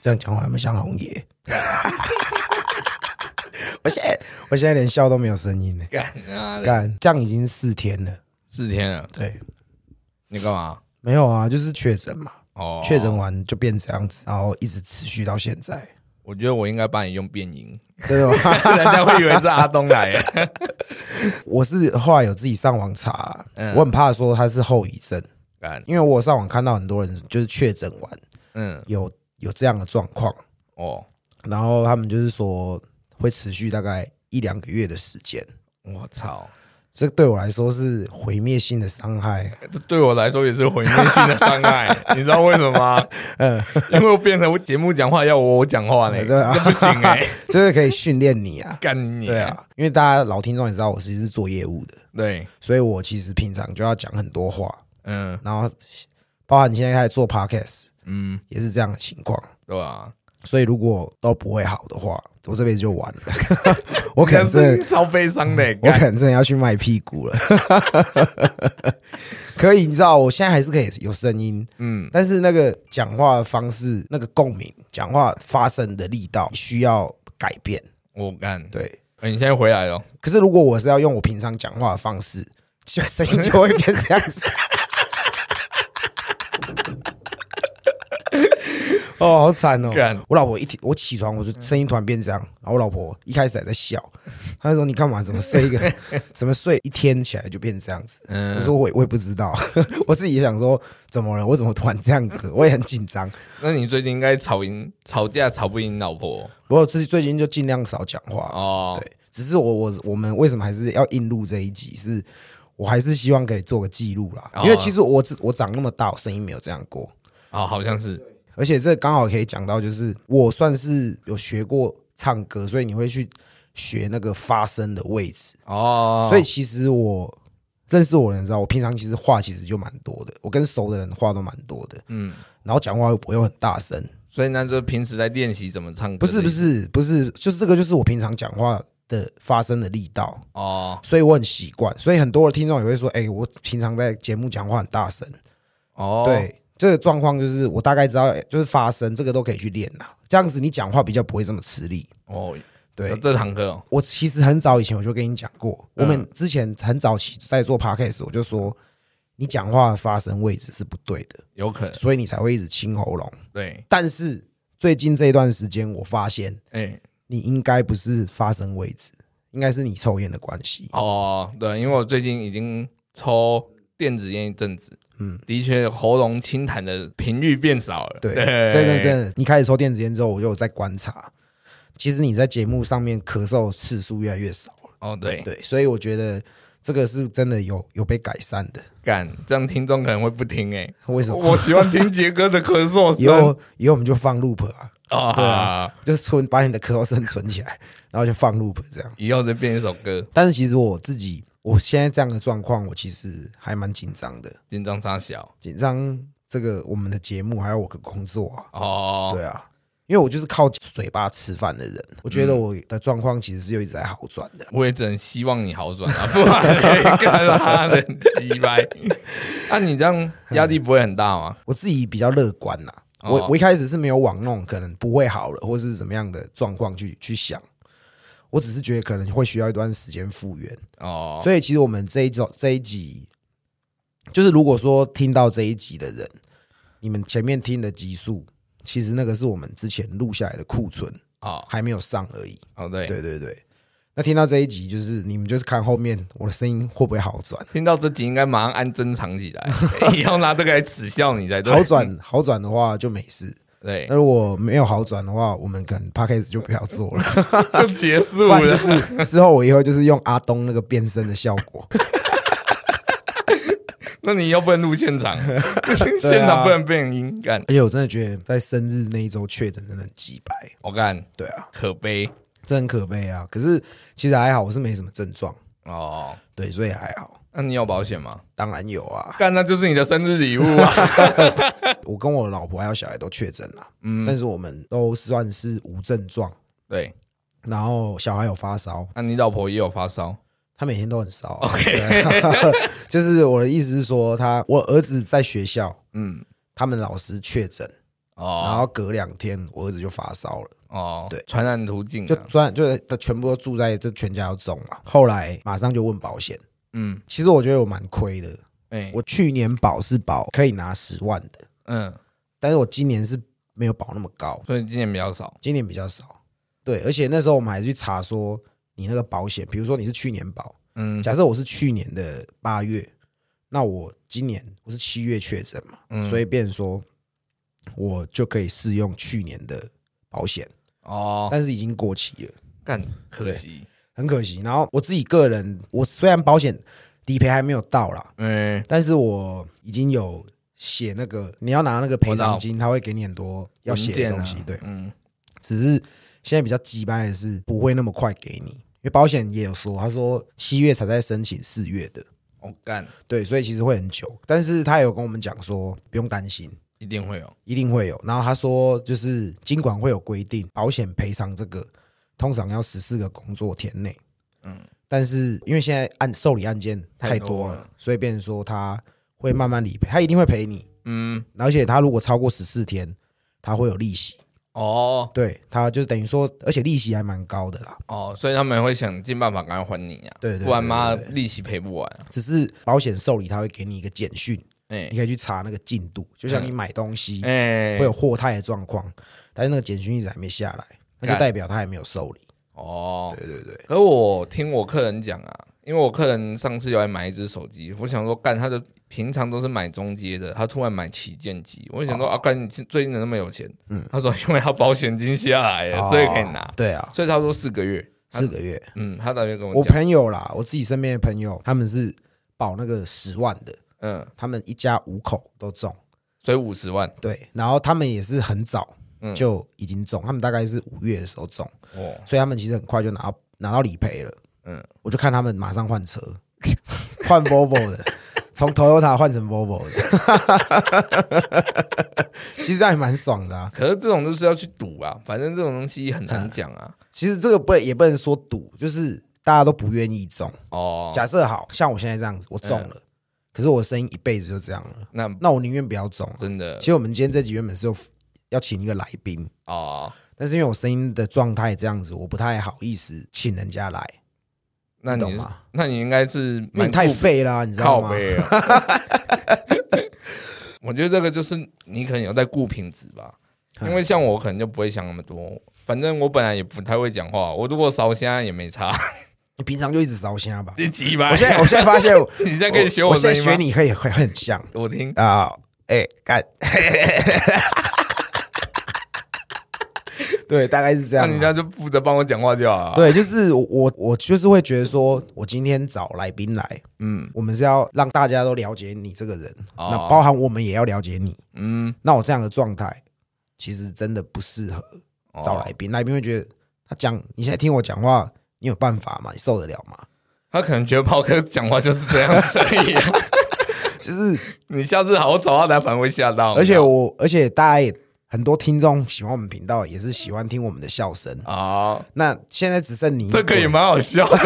这样讲话有没有像红爷？我现在连笑都没有声音了。干，这样已经4天了。 4天了。 对， 你干嘛？ 没有啊，就是确诊嘛。确诊完就变这样子，然后一直持续到现在。 我觉得我应该帮你用变音， 真的吗？ 人家会以为是阿东来的。 我是后来有自己上网查，我很怕说他是后遗症，因为我上网看到很多人就是确诊完，有这样的状况然后他们就是说会持续大概1-2个月的时间。 我操！ 这对我来说是毁灭性的伤害， 对我来说也是毁灭性的伤害。你知道为什么吗？因为我变成节目讲话要我讲话呢，这不行就是可以训练你啊， 干你！ 对啊，因为大家老听众也知道我其实是做业务的， 对， 所以我其实平常就要讲很多话，然后包含你现在开始做 podcast，也是这样的情况， 对啊。 所以如果都不会好的话，我这辈子就完了。我可能真的超悲伤的， 我可能真的要去卖屁股了。可以，你知道，我现在还是可以有声音，但是那个讲话的方式、那个共鸣、讲话发声的力道需要改变。 我干， 对， 你现在回来了。 可是如果我是要用我平常讲话的方式，声音就会变这样子。好惨哦！我老婆我起床，我就声音突然变这样，然后我老婆一开始还在笑，她就说：“你干嘛？怎么睡一天起来就变这样子？”我说：“我也不知道，我自己也想说怎么了？我怎么突然这样子？我也很紧张。” 那你最近应该吵架吵不赢老婆？ 我最近就尽量少讲话对，只是我们为什么还是要硬录这一集？是我还是希望可以做个记录啦，因为其实我长那么大，我声音没有这样过。 好像是。 而且这刚好可以讲到，就是我算是有学过唱歌，所以你会去学那个发声的位置所以其实我认识我的人知道，我平常其实话其实就蛮多的，我跟熟的人话都蛮多的，然后讲话我又很大声， 所以那就平时在练习怎么唱歌。 不是，就是这个就是我平常讲话的发声的力道所以我很习惯，所以很多的听众也会说，我平常在节目讲话很大声对。这个状况就是我大概知道，就是发声这个都可以去练啦，这样子你讲话比较不会这么吃力对， 这堂课我其实很早以前我就跟你讲过，我们之前很早期在做 podcast， 我就说你讲话的发声位置是不对的， 有可能， 所以你才会一直清喉咙。 对， 但是最近这一段时间，我发现，你应该不是发声位置，应该是你抽烟的关系。 对，因为我最近已经抽电子烟一阵子。的确，喉咙清痰的频率变少了。 对，真的，你开始抽电子烟之后，我就有在观察，其实你在节目上面咳嗽次数越来越少了。对，所以我觉得这个是真的有被改善的。 这样听众可能会不听为什么？ 我喜欢听杰哥的咳嗽声。 以后我们就放 loop 对啊，就把你的咳嗽声存起来，然后就放 loop 这样。 以后就变一首歌。 但是其实我现在这样的状况，我其实还蛮紧张的。 紧张啥小？ 紧张这个我们的节目还有我的工作对啊，因为我就是靠嘴巴吃饭的人，我觉得我的状况其实是一直在好转的。 我也只能希望你好转不然可以干他的鸡掰。你这样压力不会很大吗？ 我自己比较乐观我一开始是没有往那种可能不会好了或是怎么样的状况去想。我只是觉得可能会需要一段时间复原所以其实我们这一集，就是如果说听到这一集的人，你们前面听的集数，其实那个是我们之前录下来的库存还没有上而已对。那听到这一集，就是你们就是看后面我的声音会不会好转？ 听到这集应该马上按珍藏起来，以后拿这个来耻笑你才对。 好转的话就没事。 对， 那如果没有好转的话，我们可能 podcast 就不要做了， 就结束了。 就是之后我以后就是用阿东那个变声的效果。 那你又不能录现场，现场不能变音干。 而且我真的觉得在生日那一周确诊真的很鸡掰， 我干。 对啊， 可悲， 真很可悲啊。可是其实还好，我是没什么症状对，所以还好。 那你有保险吗？ 当然有啊， 干，那就是你的生日礼物啊。 我跟我老婆还有小孩都确诊了，但是我们都算是无症状。 对， 然后小孩有发烧， 那你老婆也有发烧？ 他每天都很烧 OK， 就是我的意思是说，我儿子在学校，他们老师确诊， 然后隔2天我儿子就发烧了。对， 传染途径就全部都住在这全家要中嘛。后来马上就问保险，其实我觉得我蛮亏的。我去年保是保可以拿10万的，但是我今年是没有保那么高， 所以今年比较少。 今年比较少，对，而且那时候我们还去查说你那个保险，比如说你是去年保，假设我是去年的8月，那我今年我是7月确诊嘛，所以变成说我就可以适用去年的保险但是已经过期了， 干可惜， 很可惜。然后我自己个人，我虽然保险理赔还没有到啦，但是我已经有写那个你要拿那个赔偿金，他会给你很多要写的东西，对，只是现在比较鸡掰的是不会那么快给你，因为保险也有说，他说7月才在申请4月的， 干， 对，所以其实会很久，但是他有跟我们讲说不用担心。 一定会有， 一定会有。然后他说，就是金管会有规定，保险赔偿这个通常要14个工作天内。但是因为现在受理案件太多了，所以变成说他会慢慢理赔，他一定会赔你。而且他如果超过14天，他会有利息。对，他就等于说，而且利息还蛮高的啦。 所以他们会想尽办法赶快还你啊， 对， 不然妈利息赔不完。 只是保险受理，他会给你一个简讯。你可以去查那个进度，就像你买东西会有货态的状况，但是那个简讯一直还没下来，那就代表他还没有受理。对。 可是我听我客人讲啊，因为我客人上次有来买一只手机，我想说干，他的平常都是买中阶的，他突然买旗舰机，我想说干，你最近怎么那么有钱？他说因为他保险金下来了，所以可以拿。 对啊， 所以他说4个月 ，4个月。 他大约跟我讲， 我朋友啦，我自己身边的朋友，他们是保那个10万的。他们一家5口都中， 所以50万。 对，然后他们也是很早就已经中，他们大概是5月的时候中，所以他们其实很快就拿到理赔了。我就看他们马上换车，换 Volvo 的，从 Toyota 换成 Volvo 的，其实这样也蛮爽的啊。 可是这种就是要去赌啊，反正这种东西很难讲啊。 其实这个也不能说赌，就是大家都不愿意中。假设好像我现在这样子，我中了。可是我声音一辈子就这样了，那我宁愿不要中真的。 其实我们今天这集原本是要请一个来宾但是因为我声音的状态这样子，我不太好意思请人家来。 那你懂吗？ 那你应该是因为你太废啦，你知道吗？ 我觉得这个就是你可能有在顾品质吧，因为像我可能就不会想那么多，反正我本来也不太会讲话，我如果烧香也没差。 你平常就一直烧香吧？ 你鸡巴！ 我现在发现你在可以学我声音吗？ 我现在学你会很像。 我听干，对，大概是这样。 那人家就负责帮我讲话就好了。 对，就是我就是会觉得说，我今天找来宾来，我们是要让大家都了解你这个人，那包含我们也要了解你。那我这样的状态，其实真的不适合找来宾。来宾会觉得他讲，你现在听我讲话。你有办法吗？你受得了吗？ 他可能觉得炮哥讲话就是这样子而已就是你下次好好找他来，反而会吓到。 而且大家也很多听众喜欢我们频道，也是喜欢听我们的笑声那现在只剩你一个， 这个也蛮好笑的。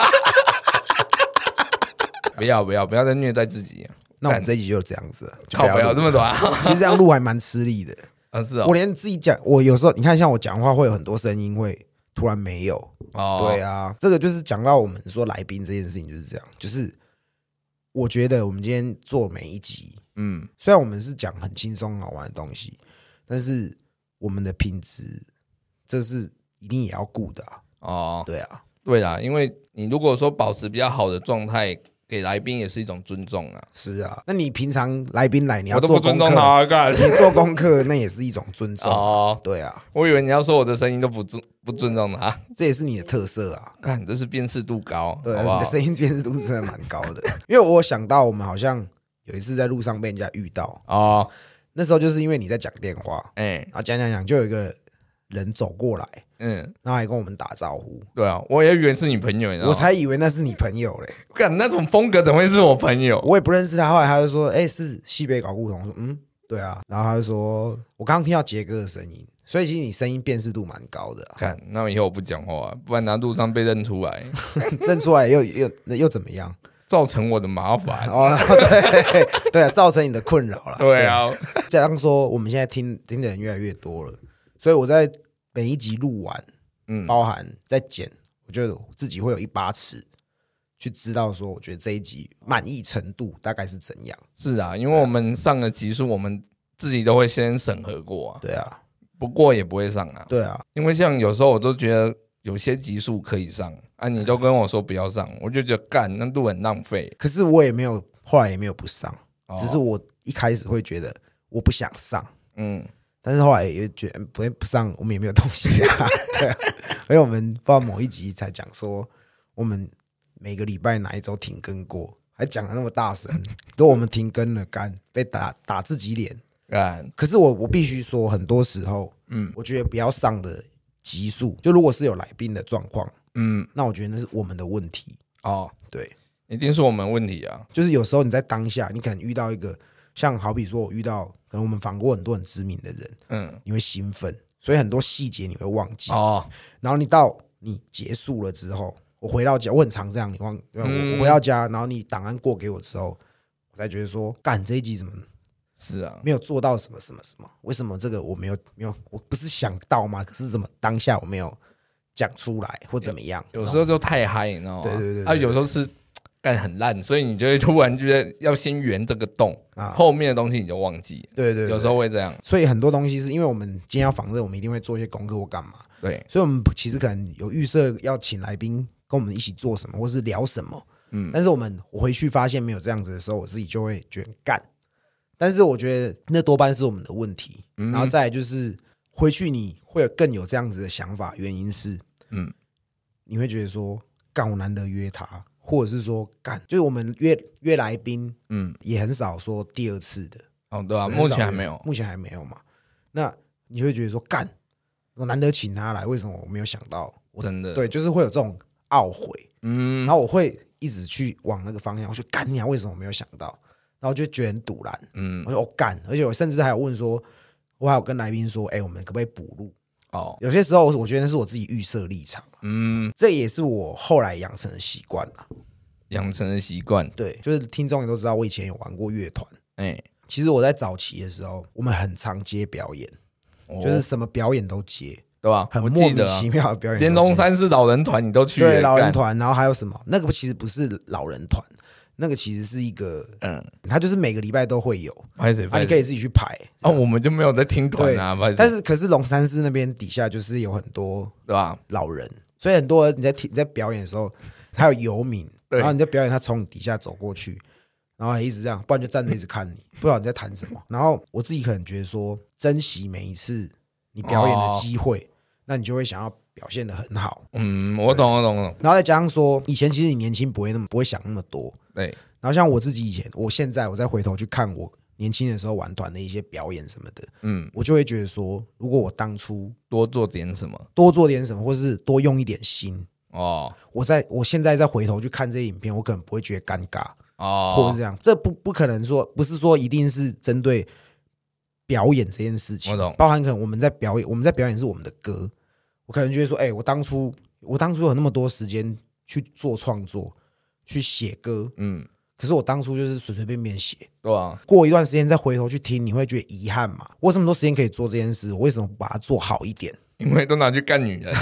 不要再虐待自己。 那我们这一集就这样子， 靠不要这么短。 其实这样录还蛮吃力的是哦。 我连自己讲，我有时候你看，像我讲话会有很多声音会。突然没有对啊，这个就是讲到我们说来宾这件事情就是这样，就是我觉得我们今天做每一集，虽然我们是讲很轻松好玩的东西，但是我们的品质这是一定也要顾的对啊，因为你如果说保持比较好的状态。给来宾也是一种尊重啊。 是啊，那你平常来宾来，你要做功课，我都不尊重他干。 你做功课那也是一种尊重对啊， 我以为你要说我的声音都不尊重他， 这也是你的特色啊。 干，这是辨识度高， 对， 好不好？ 你的声音辨识度真的蛮高的。因为我想到我们好像有一次在路上被人家遇到那时候就是因为你在讲电话，然后讲就有一个人走过来。然后还跟我们打招呼。 对啊，我也以为是你朋友，你知道吗？ 我才以为那是你朋友嘞。 干，那种风格怎么会是我朋友？ 我也不认识他。后来他就说：“是西北搞故同。”我说：“对啊。”然后他就说：“我刚刚听到杰哥的声音，所以其实你声音辨识度蛮高的。” 干，那我以后我不讲话，不然拿路上被认出来， 认出来又怎么样？ 造成我的麻烦。 对啊，造成你的困扰了。 对啊， 加上说我们现在听的人越来越多了，所以我在每一集录完，包含在剪，我觉得自己会有一把尺。去知道说，我觉得这一集满意程度大概是怎样？ 是啊，因为我们上的集数，我们自己都会先审核过啊。 对啊， 不过也不会上啊。 对啊， 因为像有时候我都觉得有些集数可以上啊，你都跟我说不要上，我就觉得干那录很浪费。 可是我也没有，后来也没有不上，只是我一开始会觉得我不想上，但是后来也觉得不上，我们也没有东西啊。对啊，所以我们不知道某一集才讲说我们。每个礼拜哪一周停更过，还讲得那么大声，都我们停更了，干被打自己脸。可是我必须说，很多时候，我觉得不要上的集数，就如果是有来宾的状况，那我觉得那是我们的问题。对， 一定是我们问题啊。 就是有时候你在当下，你可能遇到一个，像好比说我遇到，可能我们访过很多很知名的人，你会兴奋，所以很多细节你会忘记。然后你结束了之后。我回到家，我很常这样。我回到家，然后你档案过给我之后，我才觉得说，干这一集怎么是啊， 没有做到什么什么什么？为什么这个我没有？我不是想到吗？可是怎么当下我没有讲出来或怎么样？ 有时候就太嗨，你知道吗？ 对。 啊，有时候是干很烂，所以你就会突然觉得要先圆这个洞，后面的东西你就忘记。 对， 有时候会这样。 所以很多东西是因为我们今天要访问，我们一定会做一些功课或干嘛。 对， 所以我们其实可能有预设要请来宾。跟我们一起做什么，或是聊什么，但是我回去发现没有这样子的时候，我自己就会觉得干。但是我觉得那多半是我们的问题，然后再来就是回去你会更有这样子的想法，原因是，你会觉得说干我难得约他，或者是说干就是我们约来宾，也很少说第二次的， 对吧？目前还没有嘛。那你会觉得说干我难得请他来，为什么我没有想到？ 真的对，就是会有这种。懊悔，然后我会一直去往那个方向，我说干你啊，为什么我没有想到？然后就觉得很堵然，我说我干，而且我甚至还有问说，我还有跟来宾说，我们可不可以补录？有些时候我觉得那是我自己预设立场，这也是我后来养成的习惯了。 养成的习惯， 对，就是听众也都知道，我以前有玩过乐团，其实我在早期的时候，我们很常接表演，就是什么表演都接。 对吧？ 很莫名其妙的表演， 连龙山寺老人团你都去了， 对，老人团，然后还有什么？那个其实不是老人团，那个其实是一个，它就是每个礼拜都会有，你可以自己去排。 我们就没有在听团啊， 可是龙山寺那边底下就是有很多， 对吧？ 老人，所以很多你在表演的时候，还有游民，然后你在表演，他从你底下走过去，然后还一直这样，不然就站着一直看你，不知道你在谈什么。然后我自己可能觉得说，珍惜每一次你表演的机会。那你就会想要表现得很好。 我懂。 然后再加上说，以前其实你年轻不会想那么多。 对。 然后像我自己以前，现在我再回头去看我年轻的时候玩团的一些表演什么的，我就会觉得说，如果我当初多做点什么， 或是多用一点心我现在再回头去看这些影片，我可能不会觉得尴尬或者是这样。这不可能说，不是说一定是针对表演这件事情，包含可能我们在表演是我们的歌。我可能觉得说，我当初有那么多时间去做创作，去写歌，可是我当初就是随随便便写， 对啊。 过一段时间再回头去听，你会觉得遗憾嘛？我有这么多时间可以做这件事，我为什么不把它做好一点？ 因为都拿去干女人，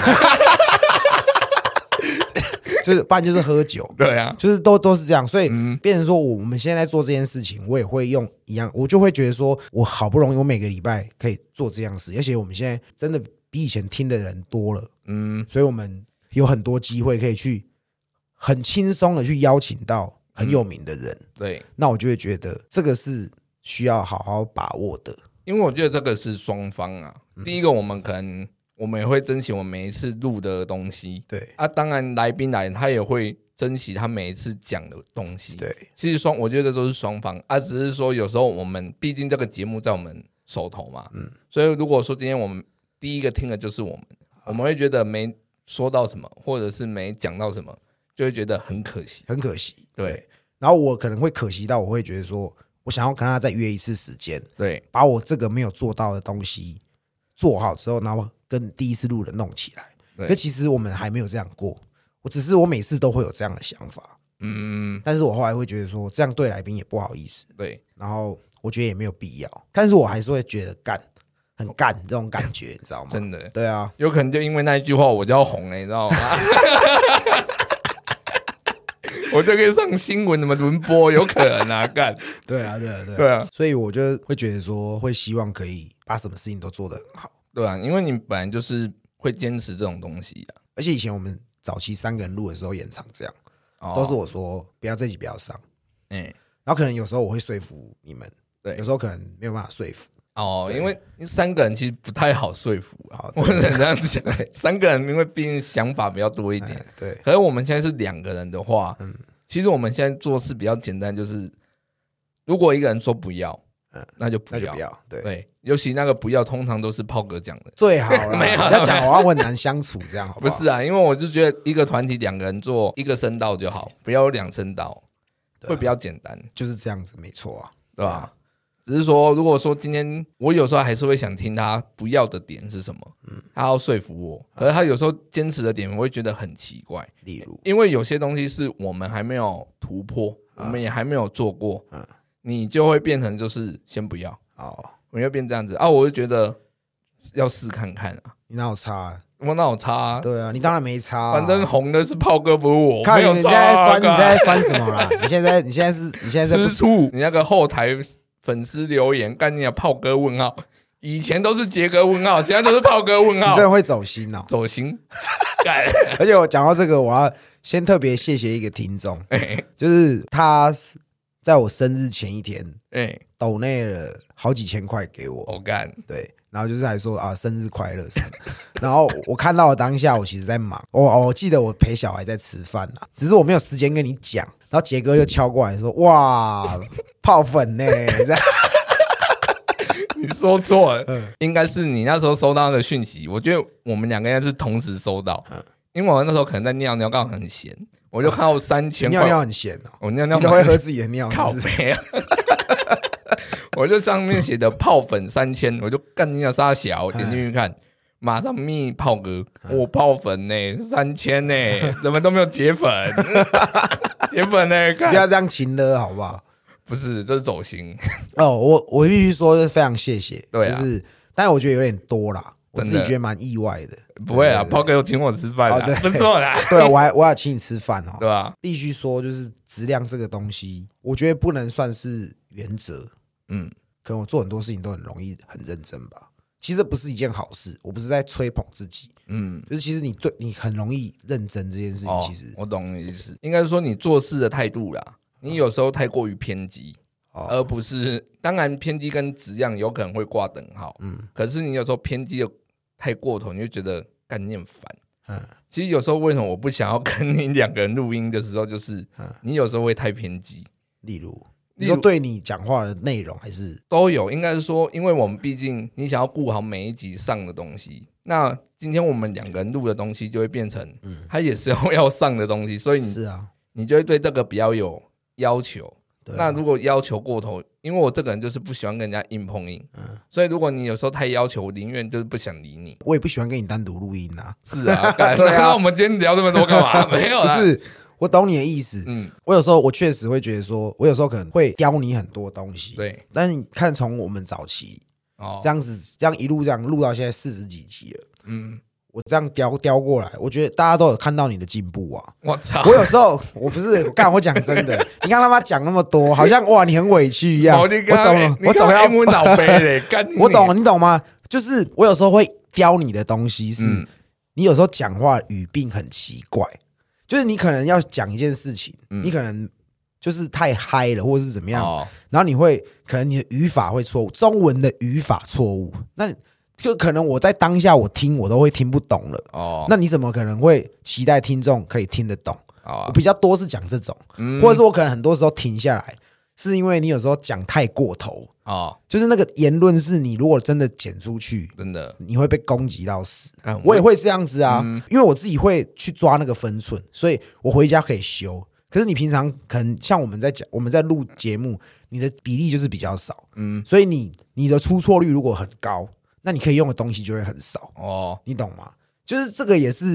就是不然就是喝酒， 对啊， 就是都是这样，所以变成说我们现在做这件事情，我也会用一样，我就会觉得说我好不容易我每个礼拜可以做这样事，而且我们现在真的比以前听的人多了，所以我们有很多机会可以去很轻松的去邀请到很有名的人， 对， 那我就会觉得这个是需要好好把握的， 因为我觉得这个是双方啊。第一个，我们也会珍惜我们每一次录的东西， 对啊，当然来宾来他也会珍惜他每一次讲的东西， 对， 其实我觉得都是双方啊，只是说有时候我们毕竟这个节目在我们手头嘛，所以如果说今天我们第一个听的就是我们会觉得没说到什么，或者是没讲到什么，就会觉得很可惜，对。 然后我可能会可惜到，我会觉得说，我想要跟他再约一次时间， 对， 把我这个没有做到的东西做好之后，然后跟第一次录的弄起来。可其实我们还没有这样过，我每次都会有这样的想法， 但是我后来会觉得说，这样对来宾也不好意思， 对， 然后我觉得也没有必要，但是我还是会觉得很干这种感觉，你知道吗？ 真的， 对啊， 有可能就因为那一句话我就要红了，你知道吗？我就可以上新闻，怎么轮播？有可能啊，干。 对啊，所以我就会觉得说，会希望可以把什么事情都做得很好。 对啊，因为你本来就是会坚持这种东西啊。 而且以前我们早期3个人录的时候也常这样，都是我说这集不要上，然后可能有时候我会说服你们，对，有时候可能没有办法说服。 因为3个人其实不太好说服啊，我能这样子讲。3个人因为毕竟想法比较多一点， 对。 可是我们现在是2个人的话，其实我们现在做事比较简单，就是如果一个人说不要，那就不要，对。尤其那个不要，通常都是炮哥讲的， 最好啦。没有要讲我要很难相处，这样好不好？ 不是啊，因为我就觉得一个团体2个人做1个声道就好，不要有2声道，会比较简单。 就是这样子，没错啊， 对吧？只是说，如果说今天我有时候还是会想听他不要的点是什么，他要说服我，可是他有时候坚持的点我会觉得很奇怪。 例如， 因为有些东西是我们还没有突破，我们也还没有做过，你就会变成就是先不要，我就变这样子啊，我就觉得要试看看啊。 你哪有差啊？ 我哪有差啊？ 对啊，你当然没差啊。 反正红的是炮哥，不是我。 看你现在酸，你在酸什么啦？你现在吃醋？你那个后台粉丝留言，干你啊炮哥问号，以前都是杰哥问号，现在都是炮哥问号。 你真的会走心哦， 走心。 而且我讲到这个，我要先特别谢谢一个听众，就是他在我生日前一天，抖内了好几千块给我。 我干， 对。然后就是还说啊生日快乐什么的，然后我看到的当下，我其实在忙，我记得我陪小孩在吃饭啦，只是我没有时间跟你讲。然后杰哥就敲过来说：“哇，泡粉呢？”这样你说错了，应该是你那时候收到那个讯息。我觉得我们2个应该是同时收到，因为我那时候可能在尿尿，刚好很闲，我就看到3000块。 尿尿很闲哦， 我尿尿你都会喝自己的尿， 靠北啊！我就上面写的泡粉3000，我就干你娘傻小，点进去看，马上密炮哥，我泡粉呢3000呢，怎么都没有结粉，结粉呢？ 不要这样情勒好不好？ 不是，这是走心哦。我必须说，非常谢谢， 对， 就是，但是我觉得有点多啦，我自己觉得蛮意外的。 不会啊，炮哥有请我吃饭啦，不错啦。 对，我要请你吃饭哦， 对吧？ 必须说，就是质量这个东西，我觉得不能算是原则。可能我做很多事情都很容易很认真吧，其实这不是一件好事，我不是在吹捧自己，就是其实你很容易认真这件事情，其实我懂你的意思，应该是说你做事的态度啦，你有时候太过于偏激，而不是，当然偏激跟质量有可能会挂等号，可是你有时候偏激的太过头，你就觉得干你很烦，其实有时候为什么我不想要跟你2个人录音的时候，就是你有时候会太偏激， 例如你说对你讲话的内容还是都有，应该是说，因为我们毕竟你想要顾好每一集上的东西，那今天我们2个人录的东西就会变成，它也是要上的东西，所以你就会对这个比较有要求。那如果要求过头，因为我这个人就是不喜欢跟人家硬碰硬，所以如果你有时候太要求，我宁愿就是不想理你。 我也不喜欢跟你单独录音啊。 是啊，对啊，那我们今天聊这么多干嘛？没有啦， 不是。我懂你的意思，我有时候我确实会觉得说，我有时候可能会刁你很多东西， 对。 但是你看，从我们早期这样子，这样一路这样录到现在40几集了，我这样刁过来，我觉得大家都有看到你的进步啊。 我操！ 我有时候我不是干，我讲真的，你看他妈讲那么多，好像哇你很委屈一样。我怎么要脑杯嘞？ 我懂，你懂吗？就是我有时候会刁你的东西是，你有时候讲话语病很奇怪。就是你可能要讲一件事情，你可能就是太嗨了，或者是怎么样，然后你会可能你的语法会错误，中文的语法错误，那就可能我在当下我听我都会听不懂了。那你怎么可能会期待听众可以听得懂？我比较多是讲这种，或者说我可能很多时候停下来，是因为你有时候讲太过头。就是那个言论是你如果真的剪出去，真的你会被攻击到死。我也会这样子啊，因为我自己会去抓那个分寸，所以我回家可以修。可是你平常可能像我们在录节目，你的比例就是比较少，所以你的出错率如果很高，那你可以用的东西就会很少。你懂吗？就是这个也是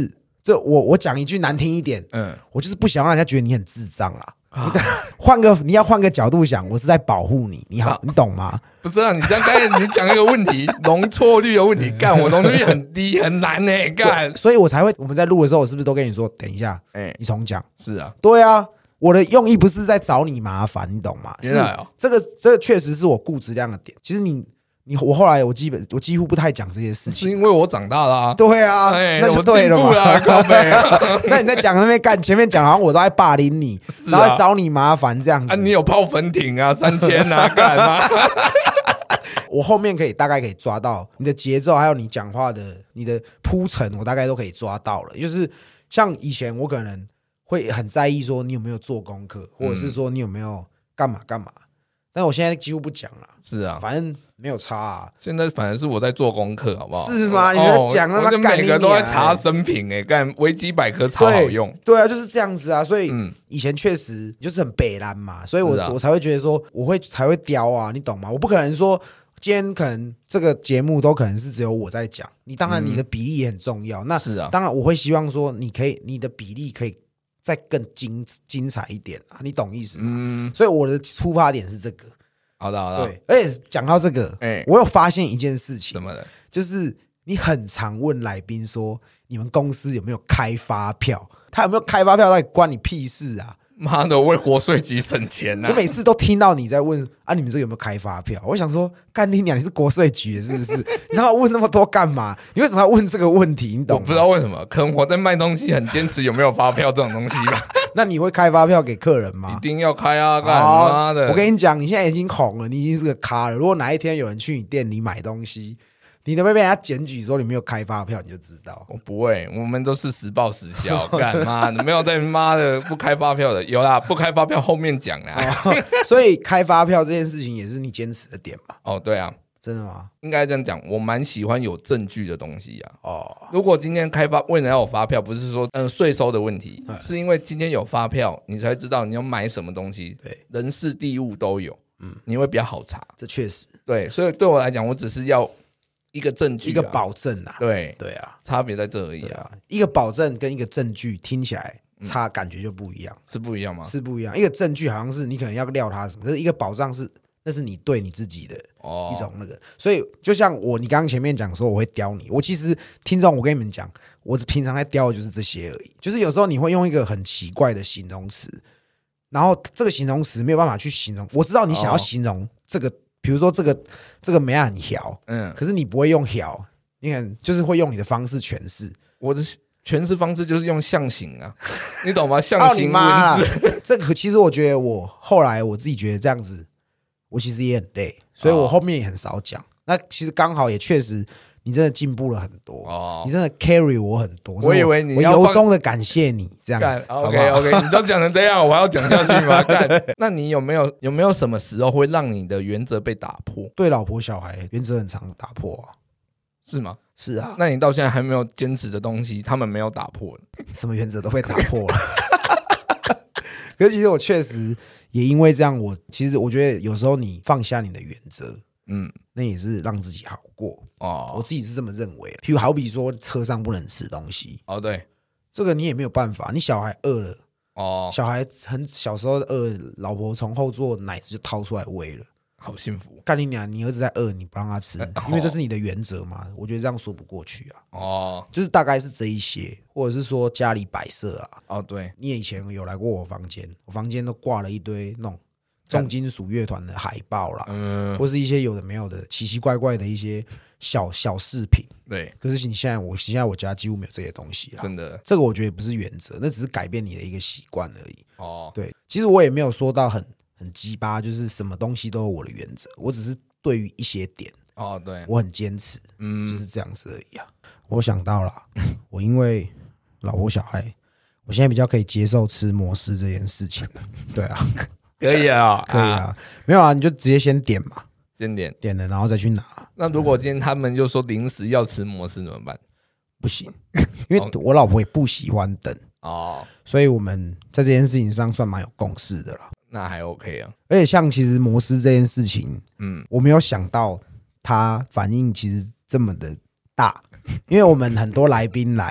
这我讲一句难听一点，我就是不想让人家觉得你很智障啊。你要换个角度想，我是在保护你，你懂吗？ 不是啊，你这样刚才你讲一个问题，容错率的问题，干我容错率很低很难呢，干， 所以我才会我们在录的时候，我是不是都跟你说，等一下，你重讲？ 是啊， 对啊，我的用意不是在找你麻烦，你懂吗？ 原来哦， 这个确实是我顾质量的点。其实我后来我几乎不太讲这些事情， 是因为我长大了啊。 对啊，那就对了嘛。 靠北啊那你在讲那边干，前面讲好像我都在霸凌你，然后找你麻烦这样子。 你有泡粉艇啊，3000啊，干嘛？ 我后面大概可以抓到你的节奏，还有你讲话的你的铺陈，我大概都可以抓到了。就是像以前我可能会很在意说你有没有做功课，或者是说你有没有干嘛，但我现在几乎不讲了。 是啊， 反正没有差啊。 现在反而是我在做功课，好不好？ 是吗？你在讲他妈干， 每个都在查生平干维基百科超好用。 对啊，就是这样子啊。所以以前确实就是很北蓝嘛，所以我才会觉得说才会刁啊，你懂吗？我不可能说今天可能这个节目都可能是只有我在讲，你当然你的比例也很重要。那是啊， 当然我会希望说你的比例可以再更精彩一点啊，你懂意思吗？所以我的出发点是这个。 好的， 对，而且讲到这个，我有发现一件事情， 怎么了？ 就是你很常问来宾说，你们公司有没有开发票？他有没有开发票，到底关你屁事啊？ 妈的，为国税局省钱啊！ 我每次都听到你在问啊，你们这个有没有开发票？我想说，干你娘，你是国税局的是不是？然后问那么多干嘛？你为什么要问这个问题？你懂吗？ 我不知道为什么，可能我在卖东西很坚持有没有发票这种东西吧。 那你会开发票给客人吗？ 一定要开啊！干妈的！ 我跟你讲，你现在已经红了，你已经是个咖了。如果哪一天有人去你店里买东西，你都会被人家检举说你没有开发票，你就知道。 我不会，我们都是实报实销。干妈的，没有在妈的不开发票的，有啦，不开发票后面讲啦。 所以开发票这件事情也是你坚持的点吧？ 哦，对啊。 真的吗？ 应该这样讲，我蛮喜欢有证据的东西啊。如果今天为了要有发票，不是说税收的问题，是因为今天有发票，你才知道你要买什么东西，对，人事地物都有，你会比较好查。 这确实， 对，所以对我来讲，我只是要一个证据， 一个保证啊。 对啊， 差别在这而已啊。 一个保证跟一个证据听起来感觉就不一样， 是不一样吗？ 是不一样。一个证据好像是你可能要料他什么，可是一个保障是。那是你对你自己的一种那个，所以就像你刚刚前面讲说我会刁你，我其实听众我跟你们讲，我平常在刁的就是这些而已，就是有时候你会用一个很奇怪的形容词，然后这个形容词没有办法去形容，我知道你想要形容这个，比如说这个梅很屌，可是你不会用屌，你可能就是会用你的方式诠释， 我的诠释方式就是用象形啊，你懂吗？象形文字， 这个其实我觉得后来我自己觉得这样子。我其实也很累，所以我后面也很少讲。那其实刚好也确实，你真的进步了很多，你真的 carry 我很多。 我以为你我由衷的感谢你这样子。 OK， 你都讲成这样，我还要讲下去吗？那你有没有什么时候会让你的原则被打破？ 对老婆小孩原则很常打破啊， 是吗？ 是啊。 那你到现在还没有坚持的东西，他们没有打破了， 什么原则都被打破了。可是其实我确实也因为这样，其实我觉得有时候你放下你的原则，那也是让自己好过我自己是这么认为。譬如好比说车上不能吃东西对， 这个你也没有办法，你小孩饿了小孩小时候饿，老婆从后座奶子就掏出来喂了。 好幸福！ 干你娘！你儿子在饿，你不让他吃，因为这是你的原则嘛。我觉得这样说不过去啊。就是大概是这一些，或者是说家里摆设啊。 对， 你以前有来过我房间，我房间都挂了一堆那种重金属乐团的海报啦，或是一些有的没有的奇奇怪怪的一些小饰品。 对， 可是现在我家几乎没有这些东西啦。 真的， 这个我觉得不是原则，那只是改变你的一个习惯而已。对，其实我也没有说到很鸡巴，就是什么东西都有我的原则，我只是对于一些点对， 我很坚持，就是这样子而已啊。我想到了，我因为老婆小孩，我现在比较可以接受吃摩斯这件事情了。对啊， 可以啊， 可以啊，没有啊，你就直接先点嘛， 先点了，然后再去拿。 那如果今天他们就说临时要吃摩斯怎么办？ 不行，因为我老婆也不喜欢等所以我们在这件事情上算蛮有共识的啦。 那还 OK 啊， 而且像其实摩斯这件事情，我没有想到他反应其实这么的大，因为我们很多来宾来，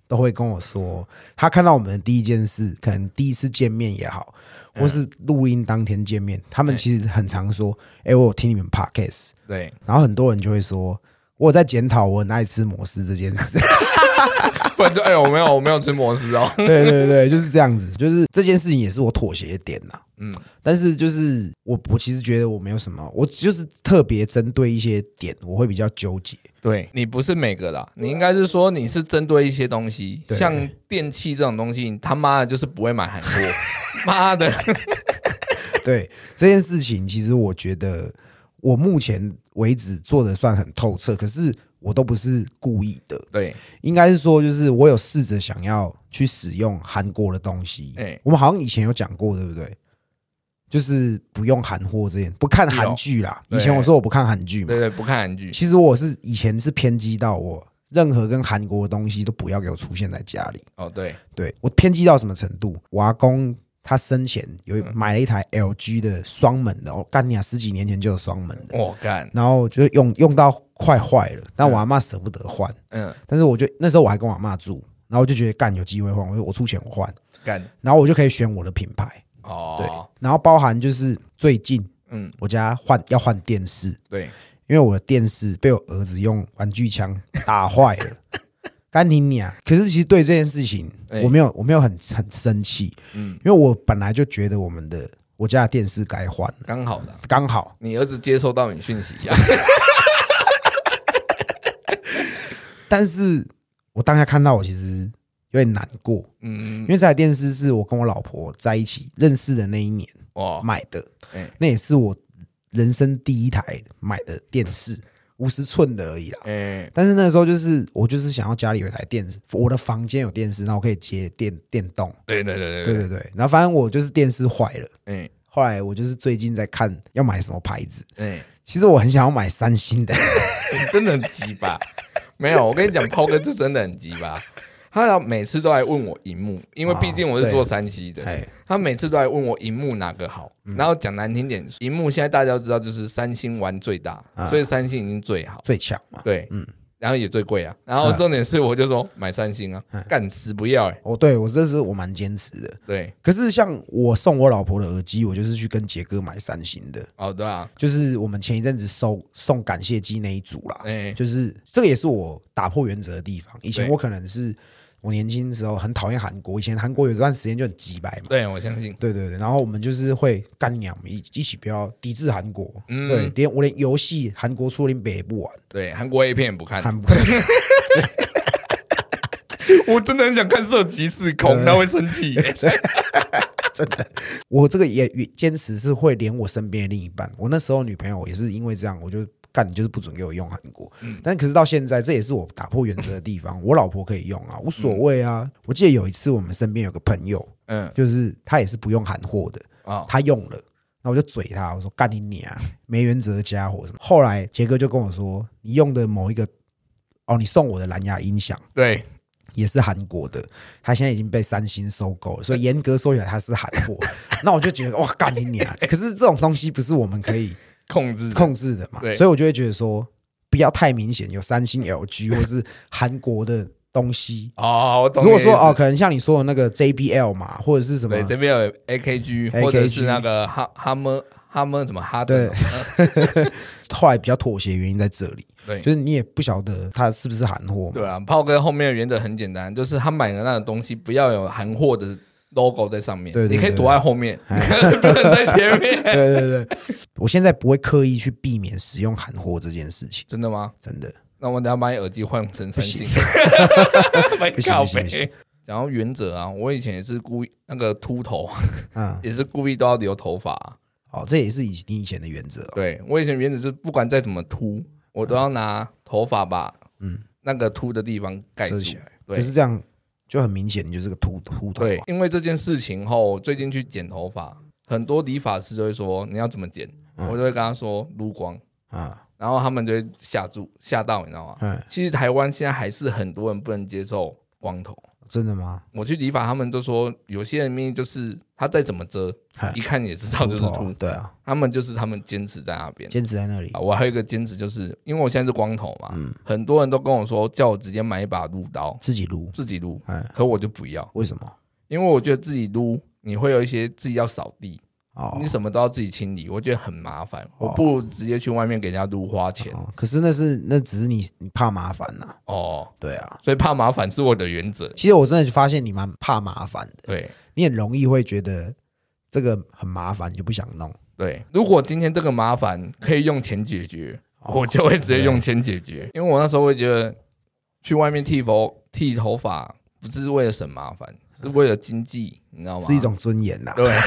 都会跟我说，他看到我们的第一件事，可能第一次见面也好，或是录音当天见面，他们其实很常说：“我有听你们 podcast。” 对， 然后很多人就会说：“我有在检讨我很爱吃摩斯这件事。” 不然就我没有吃摩斯哦。 对对对，就是这样子，就是这件事情也是我妥协的点呐。但是就是我其实觉得我没有什么，我就是特别针对一些点，我会比较纠结。 对，你不是每个啦，你应该是说你是针对一些东西，像电器这种东西，你他妈的就是不会买韩货，妈的。 对这件事情，其实我觉得我目前为止做的算很透彻，可是我都不是故意的。 对， 应该是说，就是我有试着想要去使用韩国的东西。我们好像以前有讲过，对不对？就是不用韩货这件，不看韩剧啦。以前我说我不看韩剧嘛， 对，不看韩剧。 其实我是以前是偏激到我任何跟韩国的东西都不要给我出现在家里。对，我偏激到什么程度？我阿公他生前买了一台 LG 的双门的，干你啊，10几年前就有双门的， 干， 然后就用到快坏了，但我阿嬷舍不得换，但是我就那时候我还跟我阿嬷住，然后我就觉得干有机会换，我出钱我换，干，然后我就可以选我的品牌，对，然后包含就是最近，我家要换电视，对，因为我的电视被我儿子用玩具枪打坏了。干你娘！可是其实对这件事情，我没有很生气，因为我本来就觉得我家的电视该换了，刚好你儿子接收到你讯息啊。 但是我当下看到，我其实有点难过，因为这台电视是我跟我老婆在一起认识的那一年买的，那也是我人生第一台买的电视。50寸的而已啦，但是那个时候我就是想要家里有一台电视，我的房间有电视，然后我可以接电动，对，然后反正我就是电视坏了，后来我就是最近在看要买什么牌子，其实我很想要买三星的， 真的很鸡巴，没有，我跟你讲，炮哥就真的很鸡巴。他每次都来问我萤幕，因为毕竟我是做3C的，他每次都来问我萤幕哪个好，然后讲难听点，萤幕现在大家都知道就是三星玩最大，所以三星已经最好、 最强嘛， 对，然后也最贵啊，然后重点是我就说买三星啊，干死不要对，我这是我蛮坚持的，对。可是像我送我老婆的耳机，我就是去跟杰哥买三星的， 对啊， 就是我们前一阵子送感谢机那一组啦，就是这个也是我打破原则的地方。以前我可能是。我年轻的时候很讨厌韩国，以前韩国有一段时间就很鸡掰嘛。 对，我相信。 对，然后我们就是会干娘，我们一起不要抵制韩国。对，我连游戏韩国出连北也不玩。 对，韩国 A 片也不看。我真的很想看《射击4空》，他会生气。 真的，我这个也坚持是会连我身边的另一半。我那时候女朋友也是因为这样，我就。干你就是不准给我用韩国，但可是到现在这也是我打破原则的地方。我老婆可以用啊，无所谓啊。我记得有一次我们身边有个朋友，就是他也是不用韩货的，他用了，那我就嘴他，我说干你娘，没原则的家伙什么。后来杰哥就跟我说，你用的某一个你送我的蓝牙音响，对，也是韩国的，他现在已经被三星收购了，所以严格说起来他是韩货。那我就觉得哇干你娘，可是这种东西不是我们可以。控制的嘛，所以我就会觉得说，不要太明显有三星 LG 或是韩国的东西我懂。 如果说可能像你说的那个 JBL 嘛，或者是什么 JBL AKG 或者是那个哈么怎么哈的， 后来比较妥协原因在这里，对，就是你也不晓得它是不是韩货嘛。 对啊，炮哥后面的原则很简单，就是他买的那个东西不要有韩货的。logo 在上面，对，你可以躲在后面，不能在前面。 对，我现在不会刻意去避免使用韩货这件事情。 真的吗？ 真的。 那我等下把你耳机换成三星。不行。然后原则啊，我以前也是故意那个秃头，也是故意都要留头发。 这也是你以前的原则。 对，我以前原则就是不管再怎么秃，我都要拿头发把那个秃的地方盖住起来。 可是这样。就很明显，你就是个秃头。 对，因为这件事情后，最近去剪头发，很多理发师就会说你要怎么剪，我就会跟他说撸光然后他们就会吓到，你知道吗？其实台湾现在还是很多人不能接受光头。 真的吗？ 我去理发，他们都说有些人明明就是他再怎么遮，一看也知道就是秃。 对啊， 他们坚持在那边， 坚持在那里。 我还有一个坚持，就是因为我现在是光头嘛，很多人都跟我说叫我直接买一把撸刀自己撸，可我就不要。 为什么？ 因为我觉得自己撸你会有一些自己要扫地。你什么都要自己清理，我觉得很麻烦。我不如直接去外面给人家撸花钱。 可是那只是你怕麻烦呐。对啊， 所以怕麻烦是我的原则。 其实我真的发现你蛮怕麻烦的。 对， 你很容易会觉得这个很麻烦，你就不想弄。 对，如果今天这个麻烦可以用钱解决，我就会直接用钱解决。因为我那时候会觉得去外面剃头发不是为了省麻烦，是为了经济，你知道吗？ 是一种尊严呐。 对。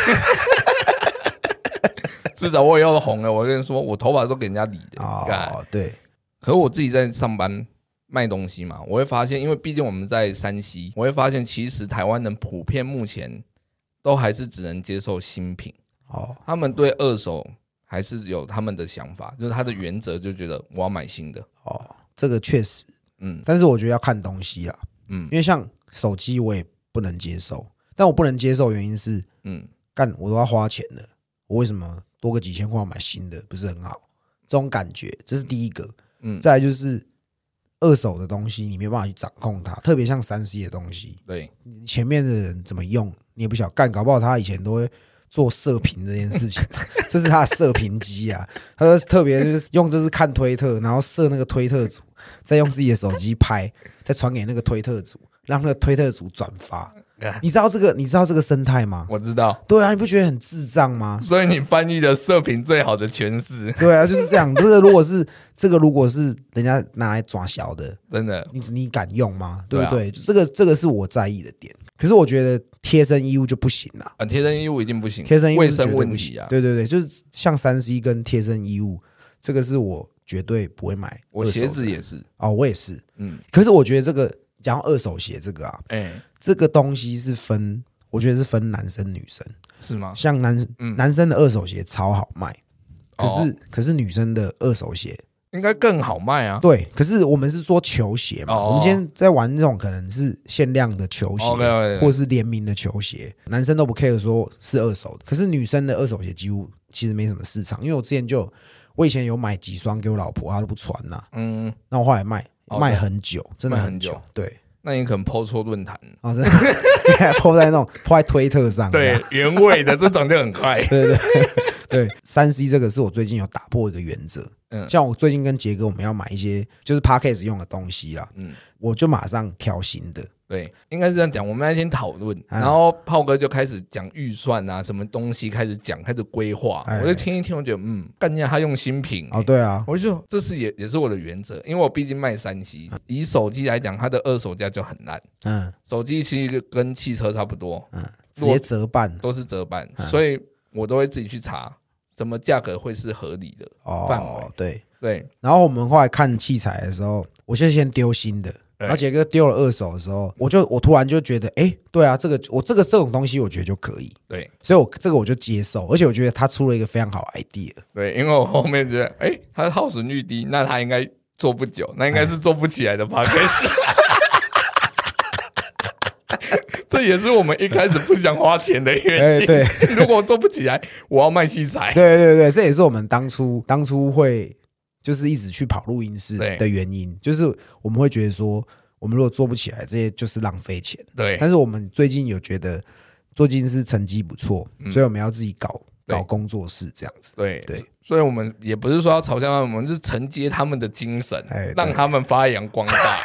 至少我以后红了，我跟你说，我头发都给人家理的。 对。 可是我自己在上班卖东西嘛，我会发现，因为毕竟我们在山西，我会发现其实台湾人普遍目前都还是只能接受新品。他们对二手还是有他们的想法，就是他的原则就觉得我要买新的。 这个确实，但是我觉得要看东西啦，因为像手机我也不能接受，但我不能接受的原因是，干我都要花钱了，我为什么多个几千块买新的不是很好？这种感觉，这是第一个。再来就是二手的东西，你没有办法去掌控它，特别像3C 的东西， 对， 前面的人怎么用，你也不晓得。干，搞不好他以前都会做射频这件事情，这是他的射频机啊。他说特别就是用这是看推特，然后射那个推特组，再用自己的手机拍，再传给那个推特组，让那个推特组转发。你知道这个生态吗？ 我知道。 对啊，你不觉得很智障吗？ 所以你翻译的射频最好的诠释。 对啊，就是这样。这个如果是人家拿来抓小的， 真的， 你敢用吗？对不对？这个是我在意的点。可是我觉得贴身衣物就不行了。 贴身衣物一定不行， 贴身衣物卫生问题啊。 对对对，就是像3C 跟贴身衣物，这个是我绝对不会买。 我鞋子也是。 我也是。可是我觉得这个讲二手鞋这个啊，这个东西是分，我觉得是分男生女生， 是吗？ 像男生的二手鞋超好卖，可是女生的二手鞋应该更好卖啊。 对，可是我们是说球鞋嘛，我们今天在玩那种可能是限量的球鞋，或是联名的球鞋，男生都不 care 说是二手的，可是女生的二手鞋几乎其实没什么市场，因为我以前有买几双给我老婆，她都不穿呐。那我后来卖很久，真的很久。对。 那你可能 po 错论坛真的po 在推特上， 对，原味的这种就很快。 对，3C 这个是我最近有打破一个原则。像我最近跟杰哥我们要买一些就是 Podcast 用的东西啦，我就马上挑新的。 对，应该是这样讲。我们那天讨论，然后炮哥就开始讲预算啊，什么东西开始讲，开始规划。我就听一听，我觉得干掉他用新品。 对啊， 我就这是也是我的原则，因为我毕竟卖3C，以手机来讲，它的二手价就很烂。手机其实跟汽车差不多， 直接折半， 都是折半，所以我都会自己去查什么价格会是合理的范围。对。然后我们后来看器材的时候，我先丢新的。然后杰哥丢了二手的时候，我突然就觉得，对啊，这种东西我觉得就可以， 对， 所以我就接受，而且我觉得他出了一个非常好的 idea， 对，因为我后面觉得，他的耗损率低，那他应该做不久，那应该是做不起来的 podcast，这也是我们一开始不想花钱的原因。对，如果做不起来，我要卖器材。 对，这也是我们当初会。就是一直去跑录音室的原因，就是我们会觉得说，我们如果做不起来，这些就是浪费钱。 对， 但是我们最近有觉得，最近是成绩不错，所以我们要自己搞工作室这样子。 对，所以我们也不是说要嘲笑他们，我们是承接他们的精神，让他们发扬光大。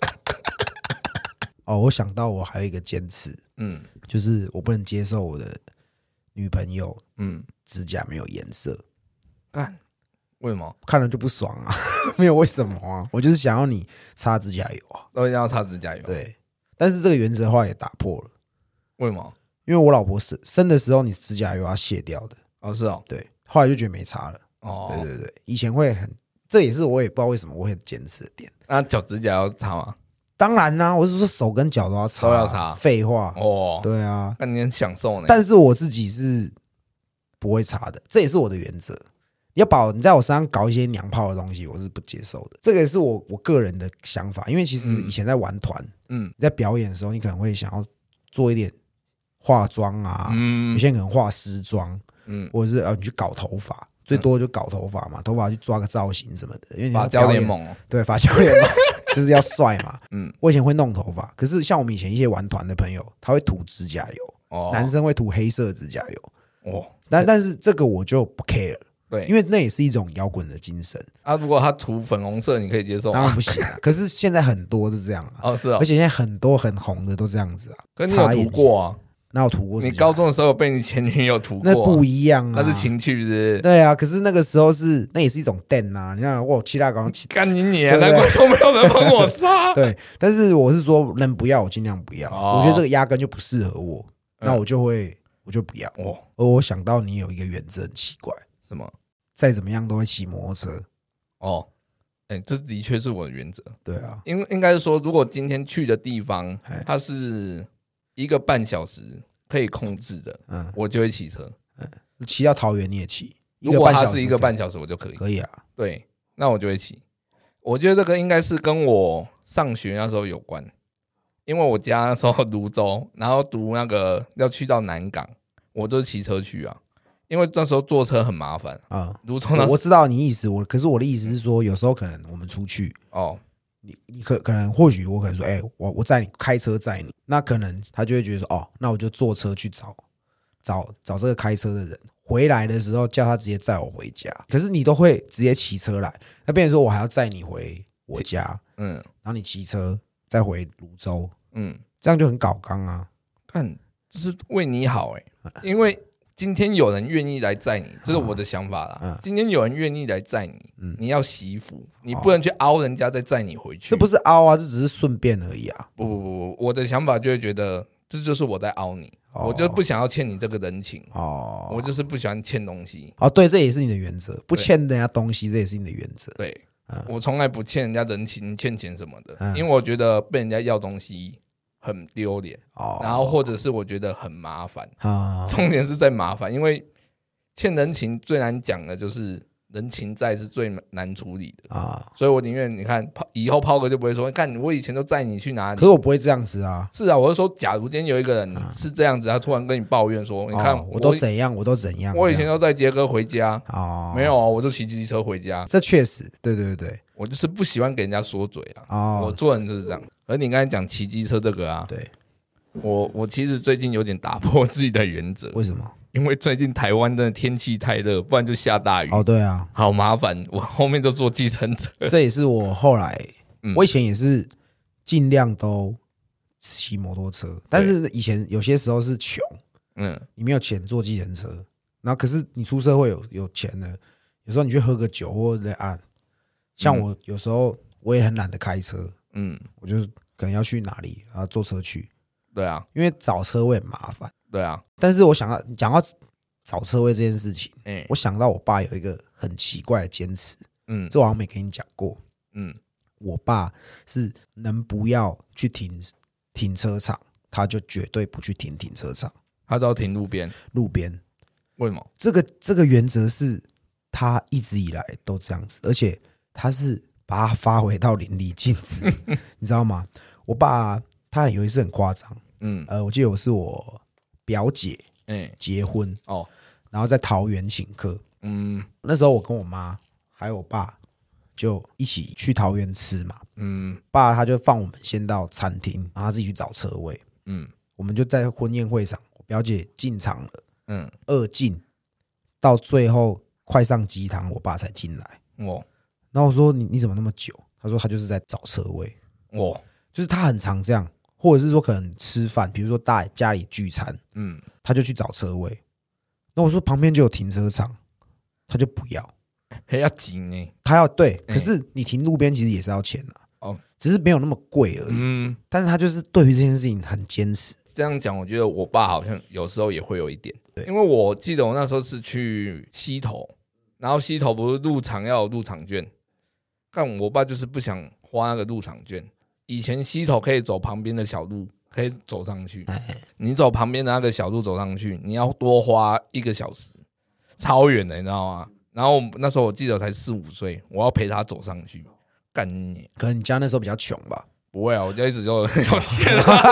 我想到我还有一个坚持，就是我不能接受我的女朋友，指甲没有颜色。 为什么？ 看了就不爽啊！没有为什么啊，我就是想要你擦指甲油啊， 都一定要擦指甲油。 对，但是这个原则后来也打破了。 为什么？ 因为我老婆生的时候，你指甲油要卸掉的。 是哦。 对，后来就觉得没差了。对，以前会这也是我也不知道为什么我会很坚持的点。 那脚指甲要擦吗？ 当然啦，我是说手跟脚都要擦。 都要擦。 废话。对啊。 那你很享受呢。 但是我自己是不会擦的，这也是我的原则。你在我身上搞一些娘炮的东西，我是不接受的。这个也是我个人的想法，因为其实以前在玩团， 你在表演的时候，你可能会想要做一点化妆啊，有些人可能画丝妆，或者是你去搞头发，最多就搞头发嘛，头发去抓个造型什么的，因为你发胶联盟对，发胶联盟就是要帅嘛。我以前会弄头发，可是像我们以前一些玩团的朋友，他会涂指甲油，男生会涂黑色指甲油，但是这个我就不 care。对，因为那也是一种摇滚的精神啊。如果他涂粉红色，你可以接受吗？ 当然不行啊。可是现在很多都这样啊。 是啊。 而且现在很多很红的都这样子啊。 可是你有涂过啊？ 哪有涂过？ 你高中的时候被你前女友涂过？ 那不一样啊， 那是情趣是不是？ 对啊，可是那个时候那也是一种 den 啊。你看我七大刚干你娘，难怪都没有人帮我擦。 对，但是我是说能不要我尽量不要。我觉得这个压根就不适合我，那我就不要。而我想到你有一个原则很奇怪， 什么？ 再怎么样都会骑摩托车。 这的确是我的原则。 对啊， 应该是说，如果今天去的地方它是1个半小时可以控制的，我就会骑车。 骑到桃园你也骑？ 如果它是1个半小时，我就可以。 可以啊。 对，那我就会骑。我觉得这个应该是跟我上学那时候有关，因为我家那时候泸州，然后读那个要去到南港，我都是骑车去啊。因为那时候坐车很麻烦啊。 我知道你意思，可是我的意思是说，有时候可能我们出去你可能或许我可能说，我载你，开车载你，那可能他就会觉得说，那我就坐车去找这个开车的人，回来的时候叫他直接载我回家。可是你都会直接骑车来，那变成说我还要载你回我家，然后你骑车再回泸州，这样就很搞纲啊。 看，这是为你好因为今天有人愿意来载你，这是我的想法啦。今天有人愿意来载你，你要惜福，你不能去凹人家再载你回去。 这不是凹啊，这只是顺便而已啊。 不，我的想法就会觉得这就是我在凹你，我就不想要欠你这个人情。我就是不喜欢欠东西。 对，这也是你的原则，不欠人家东西，这也是你的原则。 对，我从来不欠人家人情、欠钱什么的，因为我觉得被人家要东西很丢脸，然后或者是我觉得很麻烦，重点是在麻烦，因为欠人情最难讲的就是人情债是最难处理的所以我宁愿你看以后抛哥就不会说，看我以前都载你去哪里， 可是我不会这样子啊。 是啊，我是说，假如今天有一个人是这样子，他突然跟你抱怨说，你看我都怎样， 我以前都载杰哥回家没有我就骑机车回家。 这确实，对， 我就是不喜欢给人家说嘴啊。我做人就是这样。而你刚才讲骑机车这个啊， 对， 我其实最近有点打破自己的原则。 为什么？ 因为最近台湾的天气太热，不然就下大雨。 对啊， 好麻烦，我后面都坐计程车。 这也是我后来，我以前也是尽量都骑摩托车，但是以前有些时候是穷，你没有钱坐计程车，然后可是你出社会有钱了，有时候你去喝个酒或者像我有时候我也很懒得开车。我就是可能要去哪里，然后坐车去。 对啊， 因为找车位很麻烦。 对啊， 但是我讲到找车位这件事情，我想到我爸有一个很奇怪的坚持。这我好像没跟你讲过。我爸是能不要去停车场，他就绝对不去停车场， 他都要停路边。为什么？ 这个原则是他一直以来都这样子，而且他是把它发挥到淋漓尽致，你知道吗？我爸他有一次很夸张，我记得是我表姐结婚然后在桃园请客，那时候我跟我妈还有我爸就一起去桃园吃嘛，爸他就放我们先到餐厅，然后他自己去找车位，我们就在婚宴会场，我表姐进场了，2进到最后快上鸡汤，我爸才进来，然后我说你怎么那么久？他说他就是在找车位，就是他很常这样，或者是说可能吃饭，比如说家里聚餐，他就去找车位。那我说旁边就有停车场，他就不要， 还要紧呢。 他要对，可是你停路边其实也是要钱只是没有那么贵而已。但是他就是对于这件事情很坚持。 这样讲，我觉得我爸好像有时候也会有一点，因为我记得我那时候是去溪头，然后溪头不是入场要有入场券。但我爸就是不想花那个入场券。以前溪头可以走旁边的小路，可以走上去。你走旁边的那个小路走上去，你要多花1个小时，超远的，你知道吗？然后那时候我记得我才4、5岁，我要陪他走上去，干你！ 可能你家那时候比较穷吧？ 不会啊，我家一直就很有钱。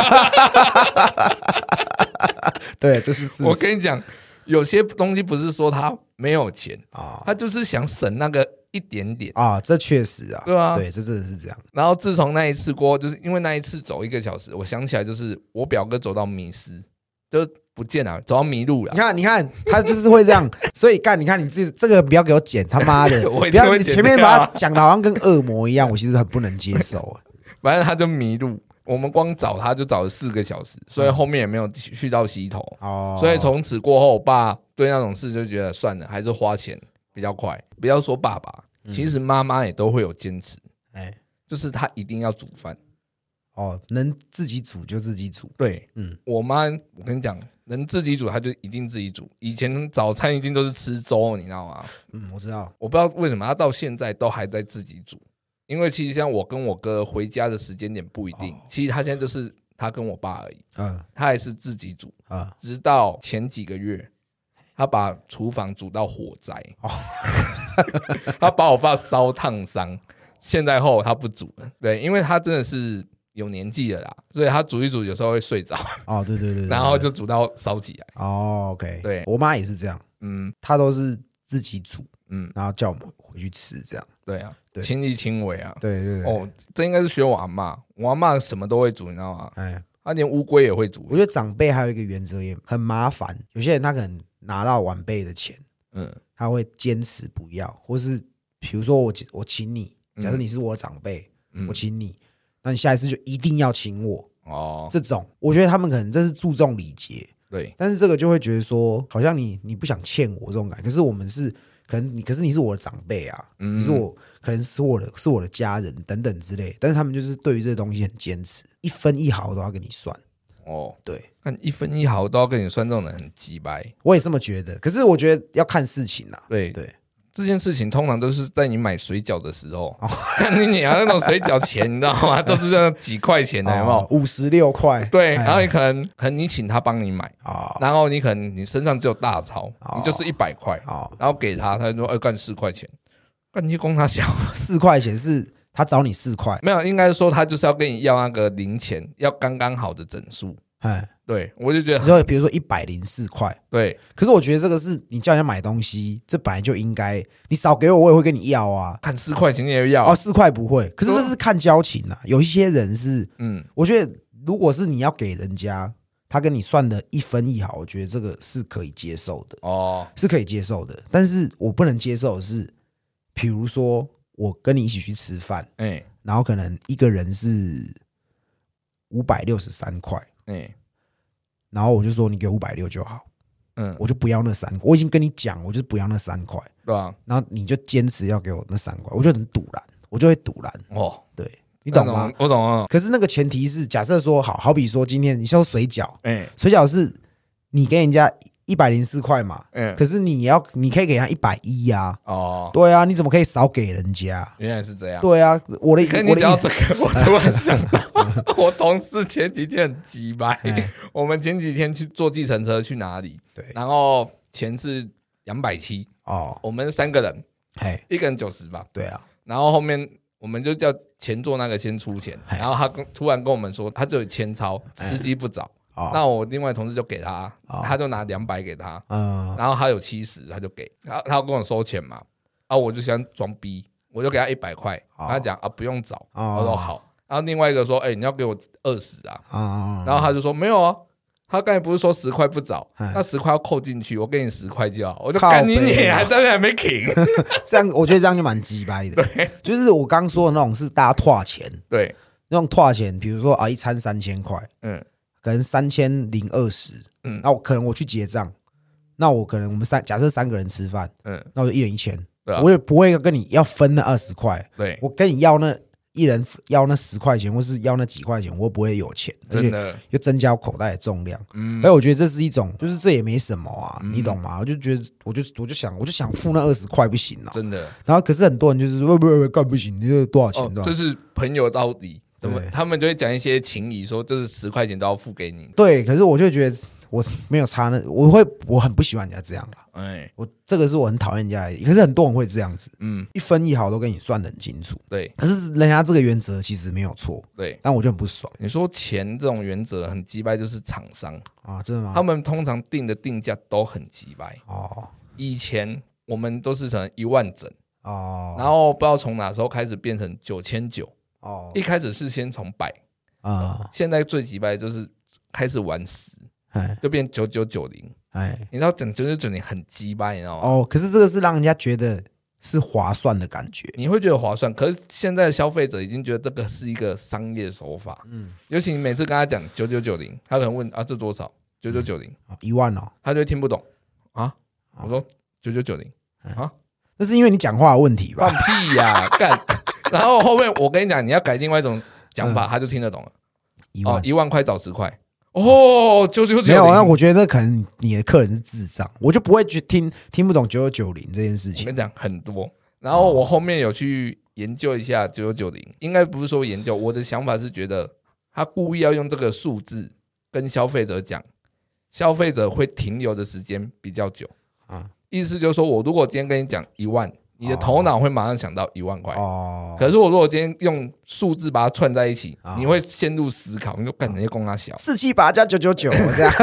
对，这是事实。 我跟你讲，有些东西不是说他没有钱啊，他就是想省那个一点点啊，这确实啊， 对啊， 对，这真的是这样。 然后自从那一次过后，就是因为那一次走1个小时，我想起来就是我表哥走到迷失，就不见了，走到迷路了。 你看，他就是会这样，所以干，你看你这个不要给我剪，他妈的，不要你前面把他讲的好像跟恶魔一样，我其实很不能接受。 反正他就迷路。我们光找他就找了4个小时，所以后面也没有去到溪头。所以从此过后，我爸对那种事就觉得算了，还是花钱比较快。不要说爸爸，其实妈妈也都会有坚持，就是他一定要煮饭。 能自己煮就自己煮。 对，我妈，我跟你讲，能自己煮，她就一定自己煮。以前早餐一定都是吃粥，你知道吗？ 我知道。 我不知道为什么她到现在都还在自己煮。因为其实像我跟我哥回家的时间点不一定，其实他现在就是他跟我爸而已，他还是自己煮，直到前几个月，他把厨房煮到火灾，他把我爸烧烫伤，现在后他不煮了，对，因为他真的是有年纪了啦，所以他煮一煮有时候会睡着， 对， 然后就煮到烧起来。 OK， 对， 我妈也是这样，她都是自己煮，然后叫我们回去吃这样。 对啊，亲力亲为啊。 对， 这应该是学我阿嬷，我阿嬷什么都会煮，你知道吗？她连乌龟也会煮。 我觉得长辈还有一个原则也很麻烦，有些人他可能拿到晚辈的钱，他会坚持不要，或是比如说我请你，假设你是我长辈，我请你，那你下一次就一定要请我。这种我觉得他们可能这是注重礼节， 对， 但是这个就会觉得说，好像你不想欠我这种感觉，可是我们是。可是你是我的长辈啊，你是我可能是我的家人等等之类，但是他们就是对于这个东西很坚持，1分1毫都要跟你算。对， 看1分1毫都要跟你算，这种人很鸡掰。 我也这么觉得，可是我觉得要看事情啊。 对，这件事情通常都是在你买水饺的时候，看你那种水饺钱，你知道吗？都是这几块钱的，有没有 ？56块。 对，然后你可能你请他帮你买，然后你可能你身上只有大钞，你就是100块，然后给他，他就说干4块钱，干你供他小 4块钱是他找你4块， 没有，应该说他就是要跟你要那个零钱，要刚刚好的整数。对，我就觉得， 比如说104块， 对。 可是我觉得这个是你叫人家买东西，这本来就应该，你少给我也会跟你要啊。 看4块钱你也要 4块不会，可是这是看交情啊。有一些人是，我觉得如果是你要给人家，他跟你算的1分1毫，我觉得这个是可以接受的，是可以接受的。但是我不能接受的是，比如说我跟你一起去吃饭，然后可能一个人是563块。然后我就说你给560就好，我就不要那3块，我已经跟你讲，我就是不要那3块， 对吧？ 然后你就坚持要给我那3块，我就很堵拦，我就会堵拦。对，你懂吗？ 我懂了。 可是那个前提是，假设说好比说今天你说水饺，水饺是你给人家104块嘛，可是你可以给他110啊。对啊，你怎么可以少给人家？ 原来是这样。 对啊，我跟你讲这个，我突然想到，我同事前几天很鸡掰。我们前几天去坐计程车去哪里？对，然后钱是270，我们3个人，一个人90吧。 对啊， 然后后面我们就叫前座那个先出钱，然后他突然跟我们说，他就有千钞，司机不找。那我另外同事就给他，他就拿200给他，然后他有70，他就给，他要跟我收钱嘛，我就想装逼，我就给他100块，他讲不用找，我说好，然后另外一个说你要给我20啊，然后他就说没有啊，他刚才不是说10块不找，那10块要扣进去，我给你10块就好，我就干你还在那还没停， 这样我觉得这样就蛮鸡掰的，就是我刚说的那种是大家拓钱， 对， 那种拓钱，比如说一餐3000块，可能3020，那可能我去结账，那我可能我们假设3个人吃饭，那我就1人1000，我也不会跟你要分那20块，对，我跟你要那一人要那10块钱，或是要那几块钱，我不会有钱， 真的又增加我口袋的重量，所以我觉得这是一种，就是这也没什么啊，你懂吗？我就觉得，我就想付那20块不行啊， 真的。 然后可是很多人就是不干不行，你这多少钱？ 这是朋友到底。他们就会讲一些情谊，说就是10块钱都要付给你。 对，可是我就觉得我没有差我很不喜欢人家这样啦。这个是我很讨厌人家的，可是很多人会这样子，一分一毫都跟你算得很清楚。 对， 可是人家这个原则其实没有错， 对， 但我就很不爽。 你说钱这种原则很鸡掰，就是厂商啊，真的吗？ 他们通常定的定价都很鸡掰。以前我们都是成1万整，然后不知道从哪时候开始变成9900。一开始是先从100，现在最鸡掰就是开始玩10，就变9990。你知道整9990很鸡掰，你知道吗？ 可是这个是让人家觉得是划算的感觉， 你会觉得划算，可是现在的消费者已经觉得这个是一个商业手法。尤其你每次跟他讲9990，他可能问这多少？9990，1 万他就会听不懂啊。我说9990啊， 那是因为你讲话的问题吧？ 放屁呀，干！然后后面我跟你讲，你要改另外一种讲法，他就听得懂了。1万块找10块。9990没有啊，我觉得那可能你的客人是智障，我就不会去听不懂9990这件事情。 我跟你讲很多，然后我后面有去研究一下9990，应该不是说研究，我的想法是觉得他故意要用这个数字跟消费者讲，消费者会停留的时间比较久。意思就是说我如果今天跟你讲1万，你的头脑会马上想到1万块。可是我如果今天用数字把它串在一起，你会陷入思考，你就干人家供他小 478加999这样。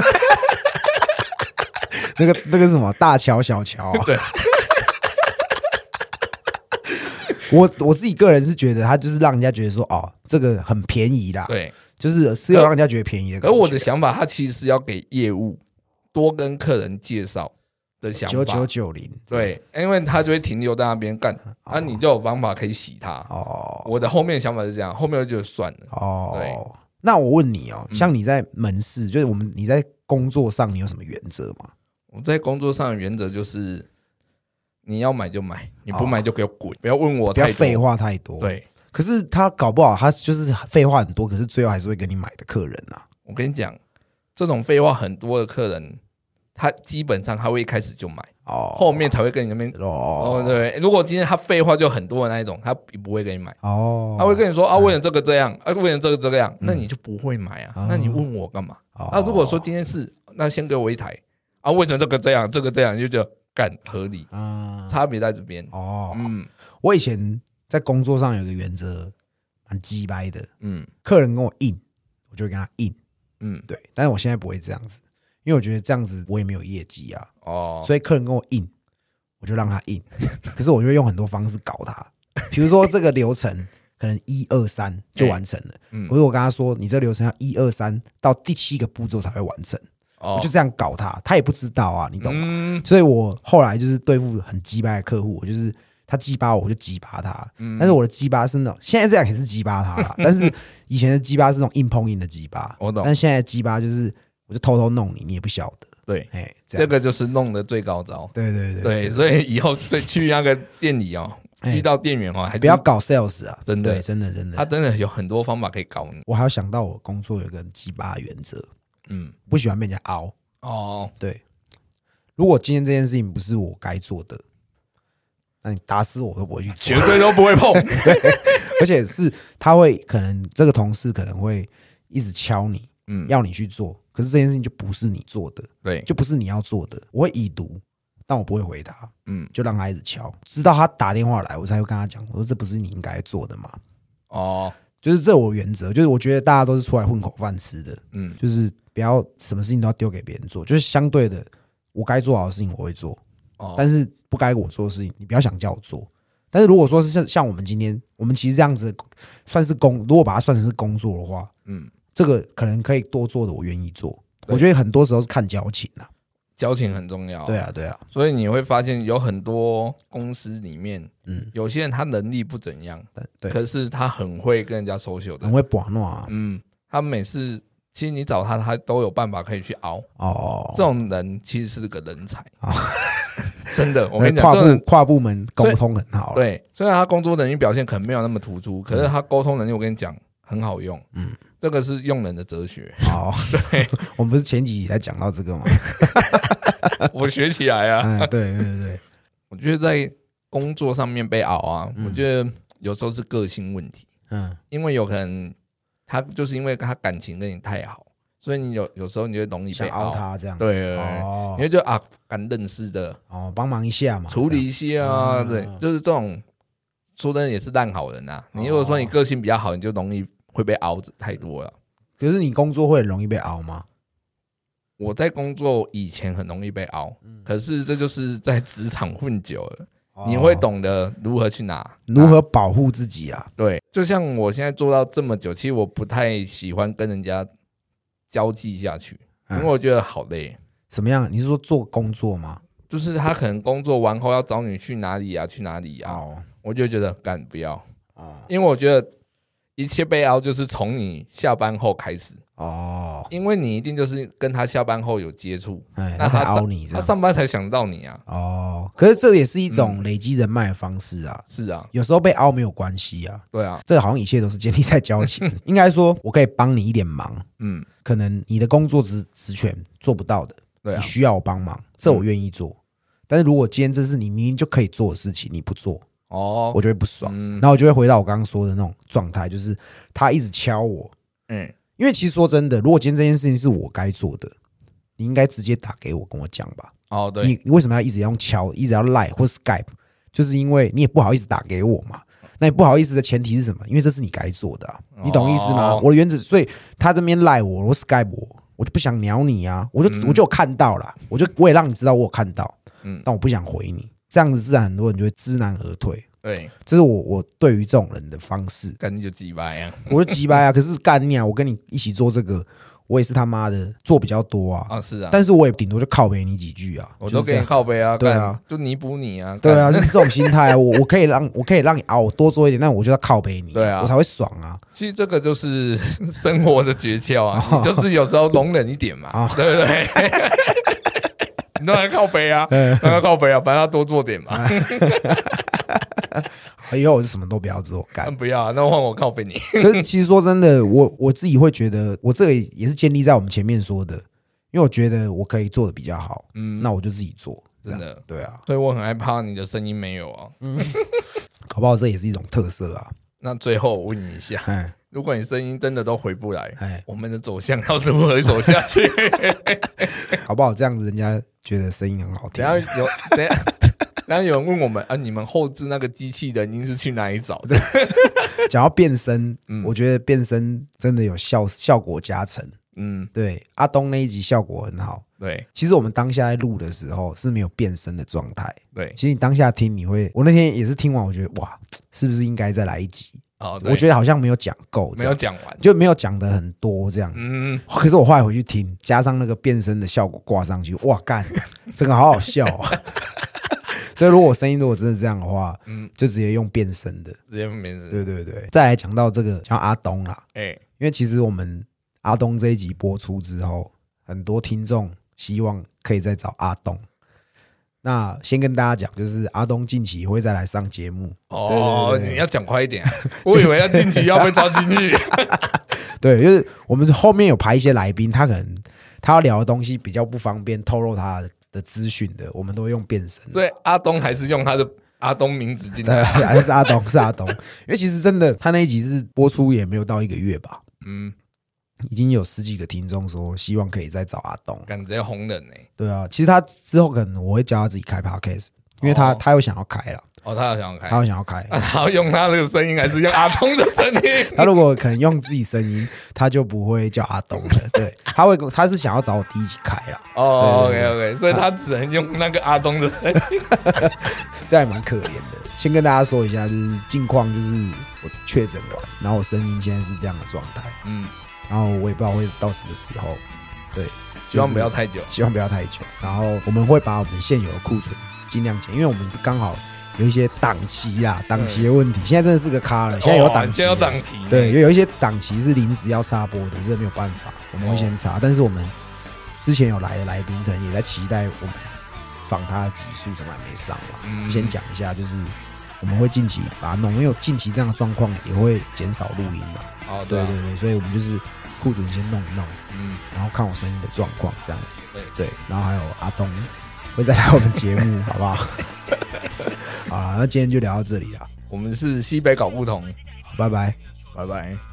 那个是什么？大乔小乔对。 我自己个人是觉得他就是让人家觉得说这个很便宜啦。 对， 就是要让人家觉得便宜的感觉。 而我的想法，他其实是要给业务多跟客人介绍的想法。 9990， 对，因为他就会停留在那边干，你就有方法可以洗他。我的后面的想法是这样，后面我就觉得算了。对， 那我问你像你在门市，就是你在工作上，你有什么原则吗？ 我在工作上的原则就是，你要买就买，你不买就给我滚，不要问我太多， 不要废话太多。 对， 可是他搞不好他就是废话很多，可是最后还是会跟你买的客人啊。 我跟你讲，这种废话很多的客人，他基本上他会一开始就买，后面才会跟你那边对。如果今天他废话就很多的那一种，他不会跟你买。他会跟你说为了这个这样，为了这个这样，那你就不会买啊。那你问我干嘛？如果说今天是，那先给我一台为了这个这样，这个这样，你就觉得干合理差别在这边。 我以前在工作上有一个原则蛮鸡掰的，客人跟我硬，我就会跟他硬，对。但是我现在不会这样子，因为我觉得这样子我也没有业绩啊，所以客人跟我硬，我就让他硬。可是我就会用很多方式搞他，比如说这个流程可能1、2、3就完成了，可是我跟他说你这个流程要1、2、3到第7个步骤才会完成。我就这样搞他，他也不知道啊，你懂吗？所以我后来就是对付很鸡掰的客户，我就是他鸡巴我就鸡巴他，但是我的鸡巴是那种现在这样也是鸡巴他啦，但是以前的鸡巴是那种硬碰硬的鸡巴， 我懂。 但现在的鸡巴就是我就偷偷弄你，你也不晓得。 对，这个就是弄的最高招。 对， 所以以后去那个店里遇到店员还不要搞 sales 啊， 真的，他真的有很多方法可以搞你。 我还要想到我工作有个鸡巴原则。不喜欢被人家凹。对，如果今天这件事情不是我该做的，那你打死我都不会去做， 绝对都不会碰。 对，而且是他会可能这个同事可能会一直敲你，要你去做，可是这件事情就不是你做的， 对， 就不是你要做的。我会已读，但我不会回他，就让他一直敲，直到他打电话来，我才会跟他讲，我说这不是你应该做的嘛。就是这我原则，就是我觉得大家都是出来混口饭吃的，就是不要什么事情都要丢给别人做，就是相对的，我该做好的事情我会做，但是不该我做的事情，你不要想叫我做。但是如果说是像我们今天，我们其实这样子算是如果把它算成是工作的话，这个可能可以多做的，我愿意做。我觉得很多时候是看交情啊。 交情很重要。 对啊， 所以你会发现有很多公司里面，有些人他能力不怎样，可是他很会跟人家 social 的， 很会把弄啊。 他每次其实你找他，他都有办法可以去熬。这种人其实是个人才。真的，我跟你讲， 跨部门沟通很好。 对，虽然他工作能力表现可能没有那么突出，可是他沟通能力，我跟你讲很好用。这个是用人的哲学。对， 我们不是前几集才讲到这个吗？ 我学起来啊。 对， 我觉得在工作上面被熬啊，我觉得有时候是个性问题。因为有可能他就是因为他感情跟你太好， 所以你有时候你就容易被凹他这样， 对对对，因为就敢认识的帮忙一下嘛， 处理一下啊，对，就是这种说真的也是烂好人啊。你如果说你个性比较好，你就容易会被凹太多了。 可是你工作会很容易被凹吗？ 我在工作以前很容易被凹，可是这就是在职场混久了，你会懂得如何去如何保护自己啊。 对，就像我现在做到这么久，其实我不太喜欢跟人家交际下去，因为我觉得好累。 什么样？你是说做工作吗？ 就是他可能工作完后要找你去哪里啊，去哪里啊，我就觉得干不要，因为我觉得一切被凹就是从你下班后开始。因为你一定就是跟他下班后有接触， 那才凹你， 他上班才想到你啊。 可是这也是一种累积人脉的方式啊。 是啊， 有时候被凹没有关系啊。 对啊， 这好像一切都是建立在交情。应该说，我可以帮你一点忙，可能你的工作职权做不到的，你需要我帮忙，这我愿意做。但是如果今天这是你明明就可以做的事情，你不做，我就会不爽。然后我就会回到我刚刚说的那种状态，就是他一直敲我，因为其实说真的，如果今天这件事情是我该做的，你应该直接打给我跟我讲吧。 对， 你为什么要一直用敲，一直要 Line 或 Skype？ 就是因为你也不好意思打给我嘛。那你不好意思的前提是什么？因为这是你该做的你懂意思吗？我的原则，所以他这边 Line 我 Skype 我就不想鸟你啊，我就有看到啦，我也让你知道我有看到，但我不想回你，这样子自然很多人就会知难而退。 对， 这是我对于这种人的方式。 干你就鸡掰啊！ 我就鸡掰啊！可是干你啊！我跟你一起做这个，我也是他妈的做比较多啊。 是啊， 但是我也顶多就靠北你几句啊。 我都给你靠北啊， 对啊， 就弥补你啊。 对啊，就是这种心态啊。我可以让你熬，我多做一点，但我就要靠北你， 对啊， 我才会爽啊。 其实这个就是生活的诀窍啊，你就是有时候容忍一点嘛，对不对？你都来靠北啊，靠北啊，反正要多做点嘛。 以后我就什么都不要做，干不要，那换我靠北你。 可是其实说真的，我自己会觉得，我这个也是建立在我们前面说的，因为我觉得我可以做的比较好，那我就自己做， 真的， 对啊， 所以我很害怕你的声音没有啊， 搞不好这也是一种特色啊。 那最后我问你一下，如果你声音真的都回不来，我们的走向要如何走下去？ 搞不好这样子人家觉得声音很好听。 然后有人问我们你们后置那个机器人音是去哪里找的？ 讲到变声，我觉得变声真的有效果加成。对，阿东那一集效果很好。 对， 其实我们当下在录的时候是没有变声的状态。 对， 其实你当下听，我那天也是听完，我觉得哇，是不是应该再来一集？我觉得好像没有讲够， 没有讲完， 就没有讲的很多这样子。可是我后来回去听，加上那个变声的效果挂上去，哇干，整个好好笑啊！所以如果我声音如果真的这样的话，就直接用变声的， 直接用变声。 对对对。再来讲到这个，讲阿东啦，因为其实我们阿东这一集播出之后，很多听众希望可以再找阿东。那先跟大家讲，就是阿东近期会再来上节目。 你要讲快一点，我以为要近期要被抓进去。 对，就是我们后面有排一些来宾，他可能他要聊的东西比较不方便透露他的资讯的，我们都会用变声。 所以阿东还是用他的阿东名字进来， 还是阿东，是阿东。因为其实真的，他那一集是播出也没有到1个月吧。已经有10几个听众说希望可以再找阿东， 感觉红人对啊，其实他之后可能我会叫他自己开 podcast， 因为他又想要开了。 他有想要开， 他有想要开， 他要用他那个声音还是用阿东的声音？ 他如果可能用自己声音，他就不会叫阿东了。对，他是想要找我弟一起开啦。 OK， 所以他只能用那个阿东的声音， 这还蛮可怜的。先跟大家说一下，就是近况，就是我确诊完，然后我声音现在是这样的状态。然后我也不知道会到什么时候。对， 希望不要太久， 然后我们会把我们现有的库存尽量减，因为我们是刚好有一些档期啦，档期的问题，现在真的是个咖了。现在有档期，对，有一些档期是临时要插播的，这没有办法，我们会先插。但是我们之前有来的来宾，可能也在期待我们访他的集数，怎么还没上嘛？先讲一下，就是我们会近期把它弄，因为近期这样的状况也会减少录音嘛。对，所以我们就是库存先弄一弄，然后看我声音的状况这样子。对，然后还有阿东会再来我们节目，好不好？好啦，那今天就聊到这里啦。 我们是西北搞不同， 好，拜拜。